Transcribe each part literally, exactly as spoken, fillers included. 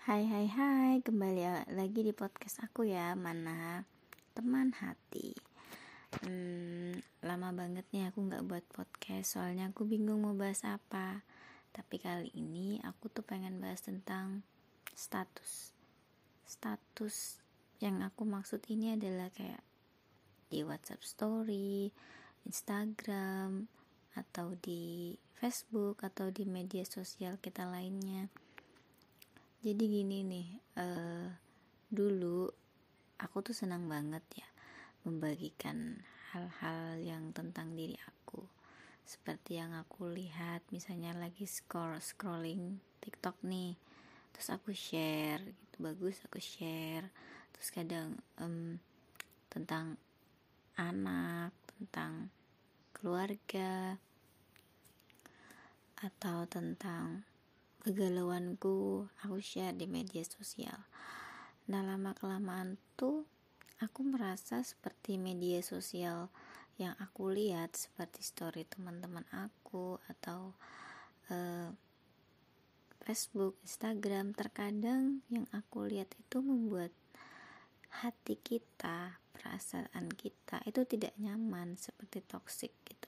Hai hai hai, kembali lagi di podcast aku ya, Mana Teman Hati. hmm, Lama banget nih aku gak buat podcast, soalnya aku bingung mau bahas apa. Tapi kali ini aku tuh pengen bahas tentang status. Status yang aku maksud ini adalah kayak di WhatsApp story, Instagram, atau di Facebook, atau di media sosial kita lainnya. Jadi gini nih, uh, dulu aku tuh senang banget ya membagikan hal-hal yang tentang diri aku. Seperti yang aku lihat, misalnya lagi scroll scrolling TikTok nih, terus aku share, gitu bagus aku share. Terus kadang um, tentang anak, tentang keluarga, atau tentang kegalauanku aku share di media sosial. Nah, lama kelamaan tuh aku merasa seperti media sosial yang aku lihat, seperti story teman-teman aku atau uh, Facebook, Instagram, terkadang yang aku lihat itu membuat hati kita, perasaan kita itu tidak nyaman, seperti toksik gitu.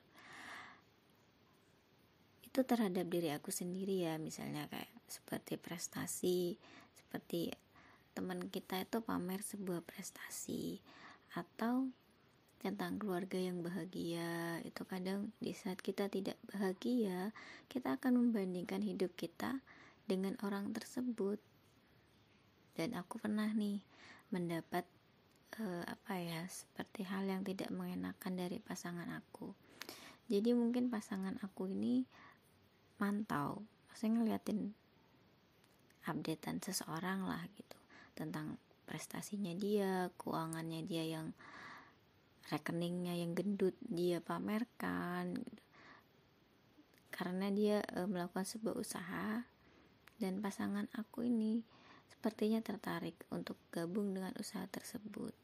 Itu terhadap diri aku sendiri ya, misalnya kayak seperti prestasi, seperti teman kita itu pamer sebuah prestasi, atau tentang keluarga yang bahagia. Itu kadang di saat kita tidak bahagia, kita akan membandingkan hidup kita dengan orang tersebut. Dan aku pernah nih mendapat uh, apa ya, seperti hal yang tidak mengenakan dari pasangan aku. Jadi mungkin pasangan aku ini mantau, maksudnya ngeliatin updatean seseorang lah gitu, tentang prestasinya dia, keuangannya dia, yang rekeningnya yang gendut dia pamerkan gitu. Karena dia e, melakukan sebuah usaha, dan pasangan aku ini sepertinya tertarik untuk gabung dengan usaha tersebut.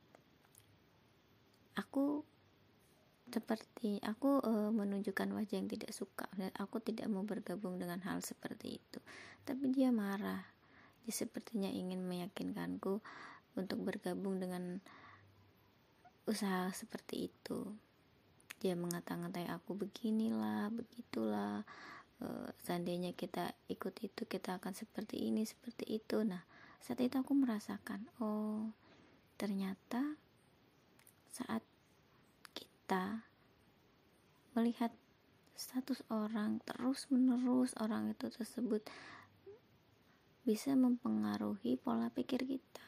Aku seperti aku e, menunjukkan wajah yang tidak suka, dan aku tidak mau bergabung dengan hal seperti itu. Tapi dia marah. Dia sepertinya ingin meyakinkanku untuk bergabung dengan usaha seperti itu. Dia mengata-ngatai aku, beginilah, begitulah, e, seandainya kita ikut itu kita akan seperti ini, seperti itu. Nah, saat itu aku merasakan, oh ternyata saat kita melihat status orang terus menerus, orang itu tersebut bisa mempengaruhi pola pikir kita,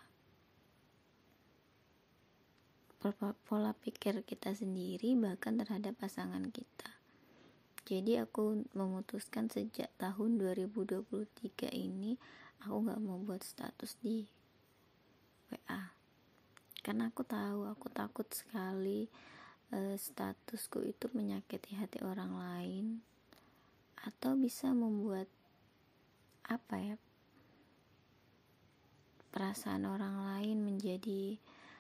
pola, pola pikir kita sendiri, bahkan terhadap pasangan kita. Jadi aku memutuskan sejak tahun dua ribu dua puluh tiga ini aku gak mau buat status di W A, karena aku tahu, aku takut sekali statusku itu menyakiti hati orang lain, atau bisa membuat apa ya, perasaan orang lain menjadi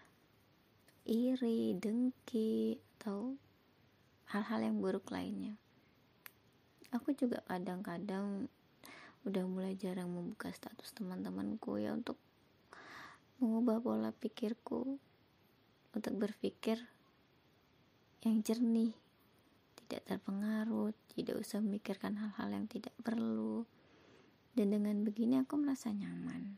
iri, dengki, atau hal-hal yang buruk lainnya. Aku juga kadang-kadang udah mulai jarang membuka status teman-temanku ya, untuk mengubah pola pikirku, untuk berpikir yang jernih, tidak terpengaruh, tidak usah memikirkan hal-hal yang tidak perlu. Dan dengan begini aku merasa nyaman.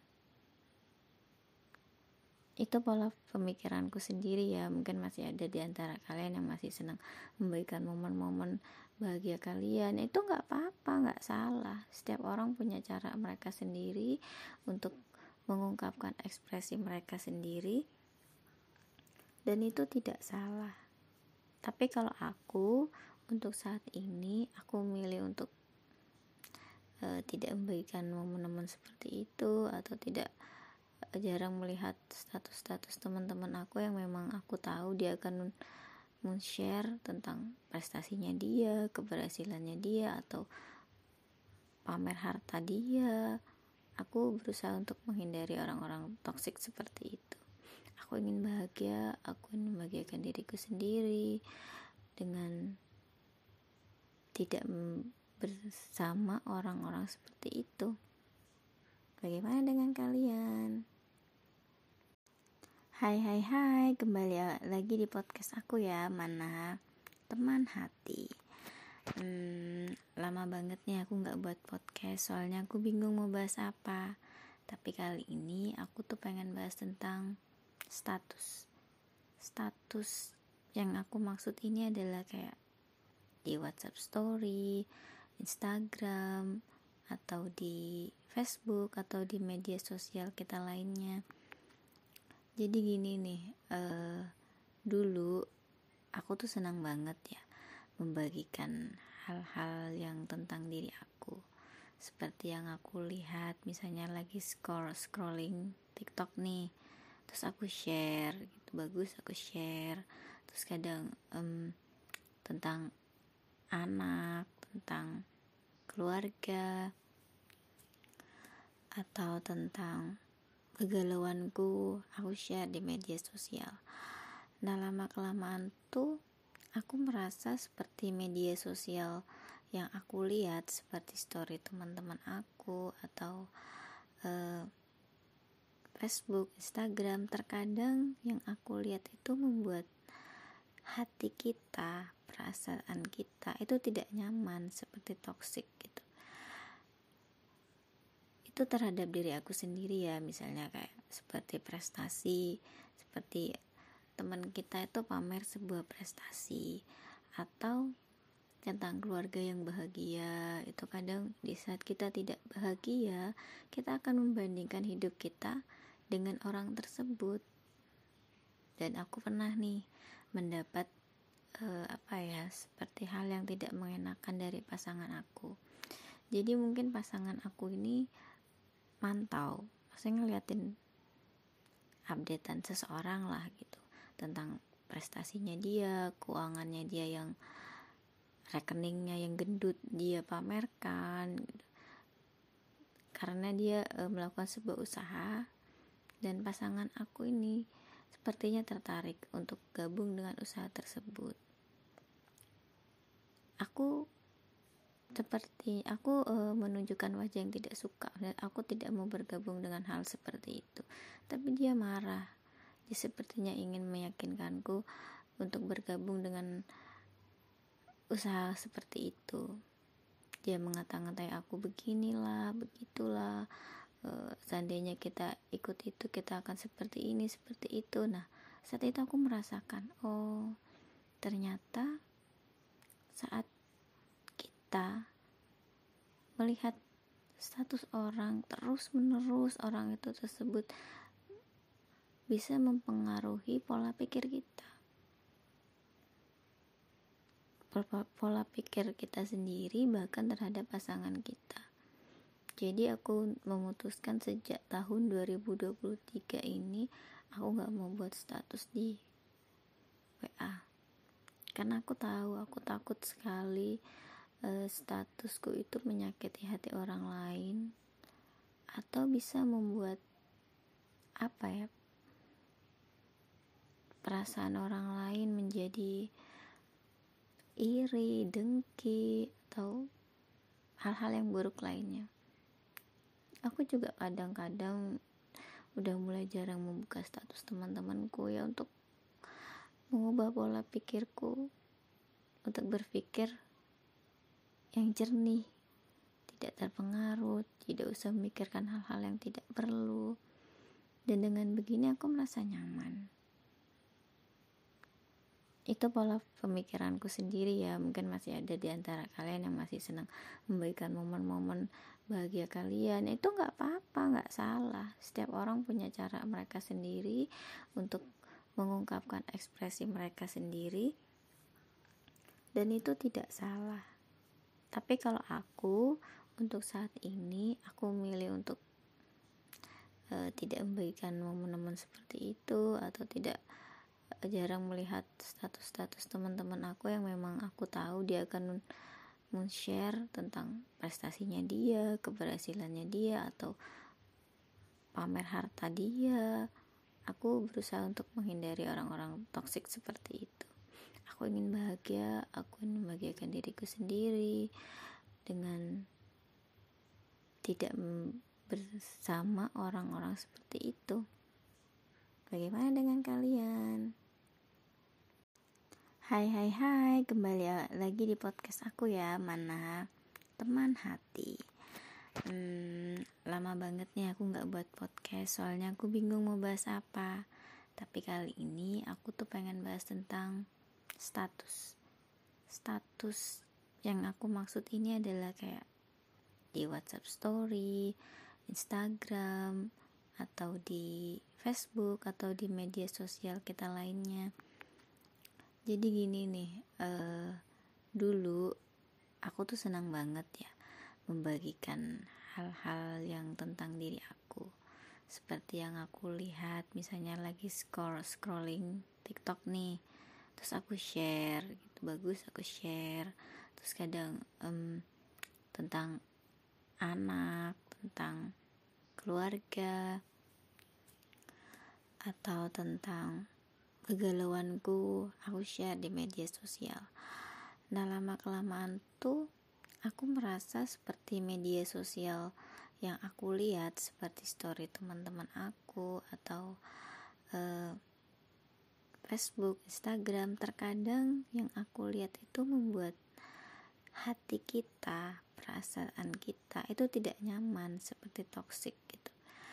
Itu pola pemikiranku sendiri ya. Mungkin masih ada di antara kalian yang masih senang membagikan momen-momen bahagia kalian. Itu gak apa-apa, gak salah. Setiap orang punya cara mereka sendiri untuk mengungkapkan ekspresi mereka sendiri, dan itu tidak salah. Tapi kalau aku untuk saat ini, aku memilih untuk uh, tidak membagikan momen-momen seperti itu, atau tidak uh, jarang melihat status-status teman-teman aku yang memang aku tahu dia akan men-share tentang prestasinya dia, keberhasilannya dia, atau pamer harta dia. Aku berusaha untuk menghindari orang-orang toksik seperti itu. Aku ingin bahagia, aku ingin membahagiakan diriku sendiri dengan tidak bersama orang-orang seperti itu. Bagaimana dengan kalian? Hai hai hai, kembali lagi di podcast aku ya, Mana Teman Hati. hmm, Lama banget nih aku gak buat podcast, soalnya aku bingung mau bahas apa. Tapi kali ini aku tuh pengen bahas tentang status. Status yang aku maksud ini adalah kayak di WhatsApp story, Instagram, atau di Facebook, atau di media sosial kita lainnya. Jadi gini nih, uh, dulu aku tuh senang banget ya membagikan hal-hal yang tentang diri aku. Seperti yang aku lihat, misalnya lagi scroll scrolling TikTok nih, terus aku share, gitu bagus aku share. Terus kadang um, tentang anak, tentang keluarga, atau tentang kegalauanku, aku share di media sosial. Nah, lama kelamaan tuh aku merasa seperti media sosial yang aku lihat, seperti story teman-teman aku atau uh, Facebook, Instagram, terkadang yang aku lihat itu membuat hati kita, perasaan kita itu tidak nyaman, seperti toksik gitu. Itu terhadap diri aku sendiri ya, misalnya kayak seperti prestasi, seperti teman kita itu pamer sebuah prestasi, atau tentang keluarga yang bahagia. Itu kadang di saat kita tidak bahagia, kita akan membandingkan hidup kita dengan orang tersebut. Dan aku pernah nih mendapat uh, apa ya, seperti hal yang tidak mengenakan dari pasangan aku. Jadi mungkin pasangan aku ini mantau, maksudnya ngeliatin updatean seseorang lah gitu, tentang prestasinya dia, keuangannya dia yang rekeningnya yang gendut dia pamerkan gitu. Karena dia e, melakukan sebuah usaha, dan pasangan aku ini sepertinya tertarik untuk gabung dengan usaha tersebut. Aku seperti aku e, menunjukkan wajah yang tidak suka, dan aku tidak mau bergabung dengan hal seperti itu. Tapi dia marah. Dia sepertinya ingin meyakinkanku untuk bergabung dengan usaha seperti itu. Dia mengata-ngatai aku, beginilah, begitulah, e, seandainya kita ikut itu kita akan seperti ini, seperti itu. Nah, saat itu aku merasakan, oh ternyata saat kita melihat status orang terus menerus, orang itu tersebut bisa mempengaruhi pola pikir kita, pola, pola pikir kita sendiri, bahkan terhadap pasangan kita. Jadi aku memutuskan sejak tahun dua ribu dua puluh tiga ini aku gak mau buat status di W A, karena aku tahu, aku takut sekali uh, statusku itu menyakiti hati orang lain, atau bisa membuat apa ya, perasaan orang lain menjadi iri, dengki, atau hal-hal yang buruk lainnya. Aku juga kadang-kadang udah mulai jarang membuka status teman-temanku ya, untuk mengubah pola pikirku, untuk berpikir yang jernih, tidak terpengaruh, tidak usah memikirkan hal-hal yang tidak perlu. Dan dengan begini aku merasa nyaman. Itu pola pemikiranku sendiri ya. Mungkin masih ada di antara kalian yang masih senang membagikan momen-momen bahagia kalian. Itu gak apa-apa, gak salah. Setiap orang punya cara mereka sendiri untuk mengungkapkan ekspresi mereka sendiri, dan itu tidak salah. Tapi kalau aku untuk saat ini, aku memilih untuk uh, tidak membagikan momen-momen seperti itu, atau tidak uh, jarang melihat status-status teman-teman aku yang memang aku tahu dia akan men-share tentang prestasinya dia, keberhasilannya dia, atau pamer harta dia. Aku berusaha untuk menghindari orang-orang toksik seperti itu. Aku ingin bahagia, aku ingin membahagiakan diriku sendiri dengan tidak bersama orang-orang seperti itu. Bagaimana dengan kalian? Hai hai hai, kembali lagi di podcast aku ya, Mana Teman Hati. Hmm, lama banget nih aku gak buat podcast, soalnya aku bingung mau bahas apa. Tapi kali ini aku tuh pengen bahas tentang status. Status yang aku maksud ini adalah kayak di WhatsApp story, Instagram, atau di Facebook, atau di media sosial kita lainnya. Jadi gini nih, uh, dulu aku tuh senang banget ya membagikan hal-hal yang tentang diri aku. Seperti yang aku lihat, misalnya lagi scroll scrolling TikTok nih, terus aku share, gitu bagus aku share. Terus kadang um, tentang anak, tentang keluarga, atau tentang kegalauanku, aku share di media sosial. Nah, lama kelamaan tuh aku merasa seperti media sosial yang aku lihat, seperti story teman-teman aku atau uh, Facebook, Instagram, terkadang yang aku lihat itu membuat hati kita, perasaan kita itu tidak nyaman, seperti toksik gitu.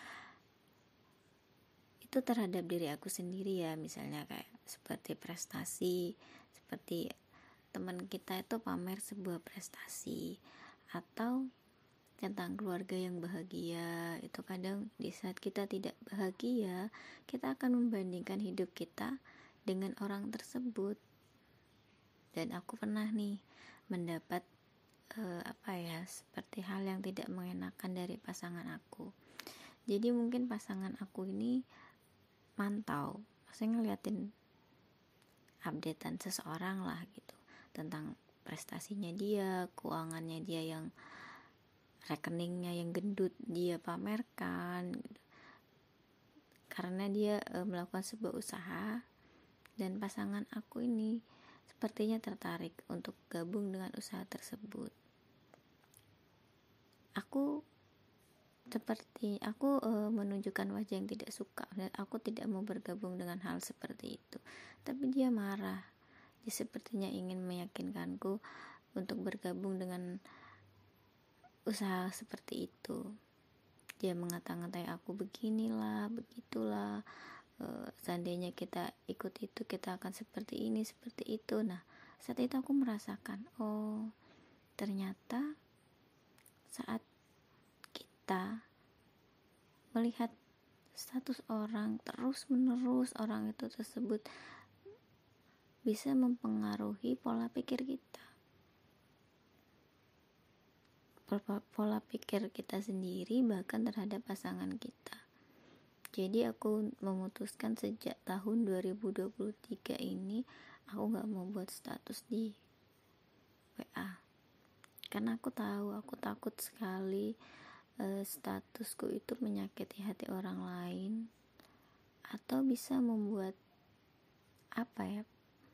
Itu terhadap diri aku sendiri ya, misalnya kayak seperti prestasi, seperti teman kita itu pamer sebuah prestasi, atau tentang keluarga yang bahagia. Itu kadang di saat kita tidak bahagia, kita akan membandingkan hidup kita dengan orang tersebut. Dan aku pernah nih mendapat uh, apa ya, seperti hal yang tidak mengenakan dari pasangan aku. Jadi mungkin pasangan aku ini mantau, maksudnya ngeliatin updatean seseorang lah gitu, tentang prestasinya dia, keuangannya dia yang rekeningnya yang gendut dia pamerkan gitu. Karena dia e, melakukan sebuah usaha, dan pasangan aku ini sepertinya tertarik untuk gabung dengan usaha tersebut. Aku seperti aku e, menunjukkan wajah yang tidak suka, dan aku tidak mau bergabung dengan hal seperti itu. Tapi dia marah. Dia sepertinya ingin meyakinkanku untuk bergabung dengan usaha seperti itu. Dia mengata-ngatai aku, beginilah, begitulah, e, seandainya kita ikut itu kita akan seperti ini, seperti itu. Nah, saat itu aku merasakan, oh ternyata saat kita melihat status orang terus menerus, orang itu tersebut bisa mempengaruhi pola pikir kita, pola, pola pikir kita sendiri, bahkan terhadap pasangan kita. Jadi aku memutuskan sejak tahun dua ribu dua puluh tiga ini aku gak mau buat status di W A, karena aku tahu, aku takut sekali statusku itu menyakiti hati orang lain, atau bisa membuat apa ya,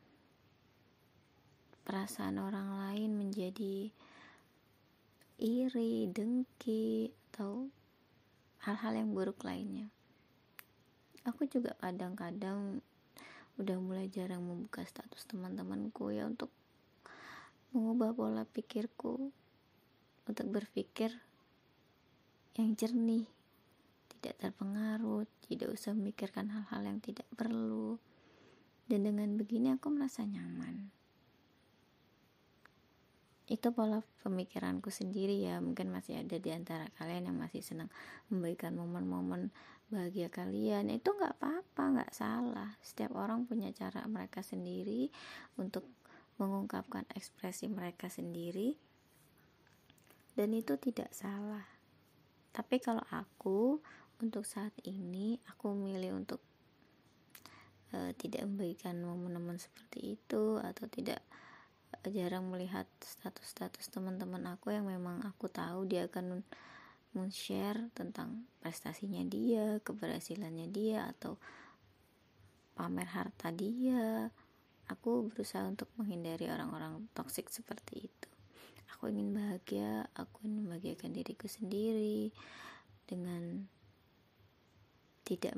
perasaan orang lain menjadi iri, dengki, atau hal-hal yang buruk lainnya. Aku juga kadang-kadang udah mulai jarang membuka status teman-temanku ya, untuk mengubah pola pikirku, untuk berpikir yang jernih, tidak terpengaruh, tidak usah memikirkan hal-hal yang tidak perlu. Dan dengan begini aku merasa nyaman. Itu pola pemikiranku sendiri ya. Mungkin masih ada di antara kalian yang masih senang membagikan momen-momen bahagia kalian. Itu gak apa-apa, gak salah. Setiap orang punya cara mereka sendiri untuk mengungkapkan ekspresi mereka sendiri, dan itu tidak salah. Tapi kalau aku untuk saat ini, aku memilih untuk uh, tidak membagikan momen-momen seperti itu, atau tidak uh, jarang melihat status-status teman-teman aku yang memang aku tahu dia akan men-share tentang prestasinya dia, keberhasilannya dia, atau pamer harta dia. Aku berusaha untuk menghindari orang-orang toksik seperti itu. Aku ingin bahagia, aku ingin membahagiakan diriku sendiri, dengan tidak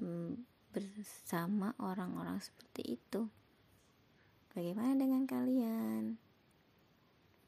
bersama orang-orang seperti itu. Bagaimana dengan kalian?